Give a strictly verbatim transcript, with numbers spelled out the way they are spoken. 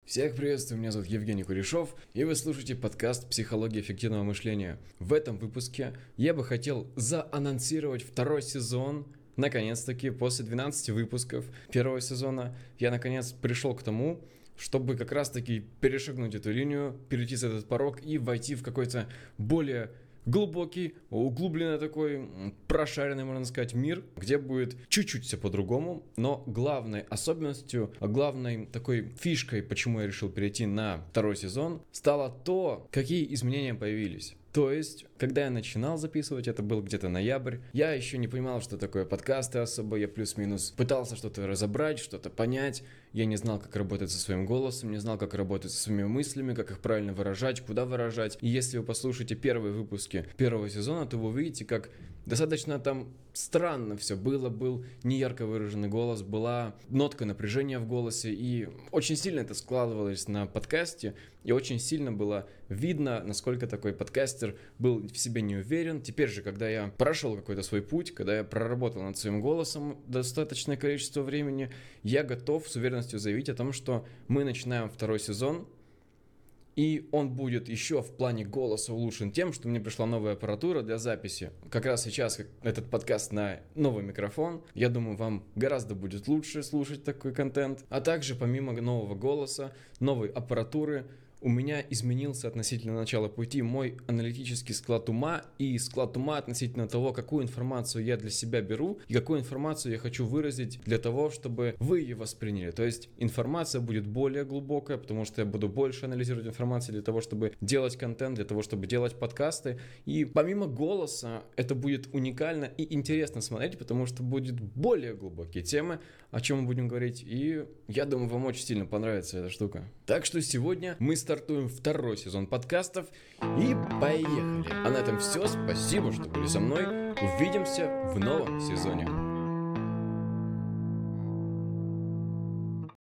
Всех приветствую, меня зовут Евгений Кулешов, и вы слушаете подкаст «Психология эффективного мышления». В этом выпуске я бы хотел заанонсировать второй сезон. Наконец-таки, после двенадцати выпусков первого сезона, я наконец пришел к тому, чтобы как раз-таки перешагнуть эту линию, перейти за этот порог и войти в какой-то более глубокий, углубленный такой, прошаренный, можно сказать, мир, где будет чуть-чуть все по-другому, но главной особенностью, главной такой фишкой, почему я решил перейти на второй сезон, стало то, какие изменения появились. То есть, когда я начинал записывать, это был где-то ноябрь, я еще не понимал, что такое подкасты особо, я плюс-минус пытался что-то разобрать, что-то понять, я не знал, как работать со своим голосом, не знал, как работать со своими мыслями, как их правильно выражать, куда выражать. И если вы послушаете первые выпуски первого сезона, то вы увидите, как достаточно там странно все было, был неярко выраженный голос, была нотка напряжения в голосе, и очень сильно это складывалось на подкасте, и очень сильно было видно, насколько такой подкастер был в себе не уверен. Теперь же, когда я прошел какой-то свой путь, когда я проработал над своим голосом достаточное количество времени, я готов с уверенностью заявить о том, что мы начинаем второй сезон, и он будет еще в плане голоса улучшен тем, что мне пришла новая аппаратура для записи. Как раз сейчас этот подкаст на новый микрофон. Я думаю, вам гораздо будет лучше слушать такой контент. А также помимо нового голоса, новой аппаратуры, у меня изменился относительно начала пути мой аналитический склад ума и склад ума относительно того, какую информацию я для себя беру и какую информацию я хочу выразить для того, чтобы вы ее восприняли. То есть информация будет более глубокая, потому что я буду больше анализировать информацию для того, чтобы делать контент, для того, чтобы делать подкасты. И помимо голоса это будет уникально и интересно смотреть, потому что будет более глубокие темы, о чем мы будем говорить. И я думаю, вам очень сильно понравится эта штука. Так что сегодня мы с стартуем второй сезон подкастов и поехали. А на этом все. Спасибо, что были со мной. Увидимся в новом сезоне.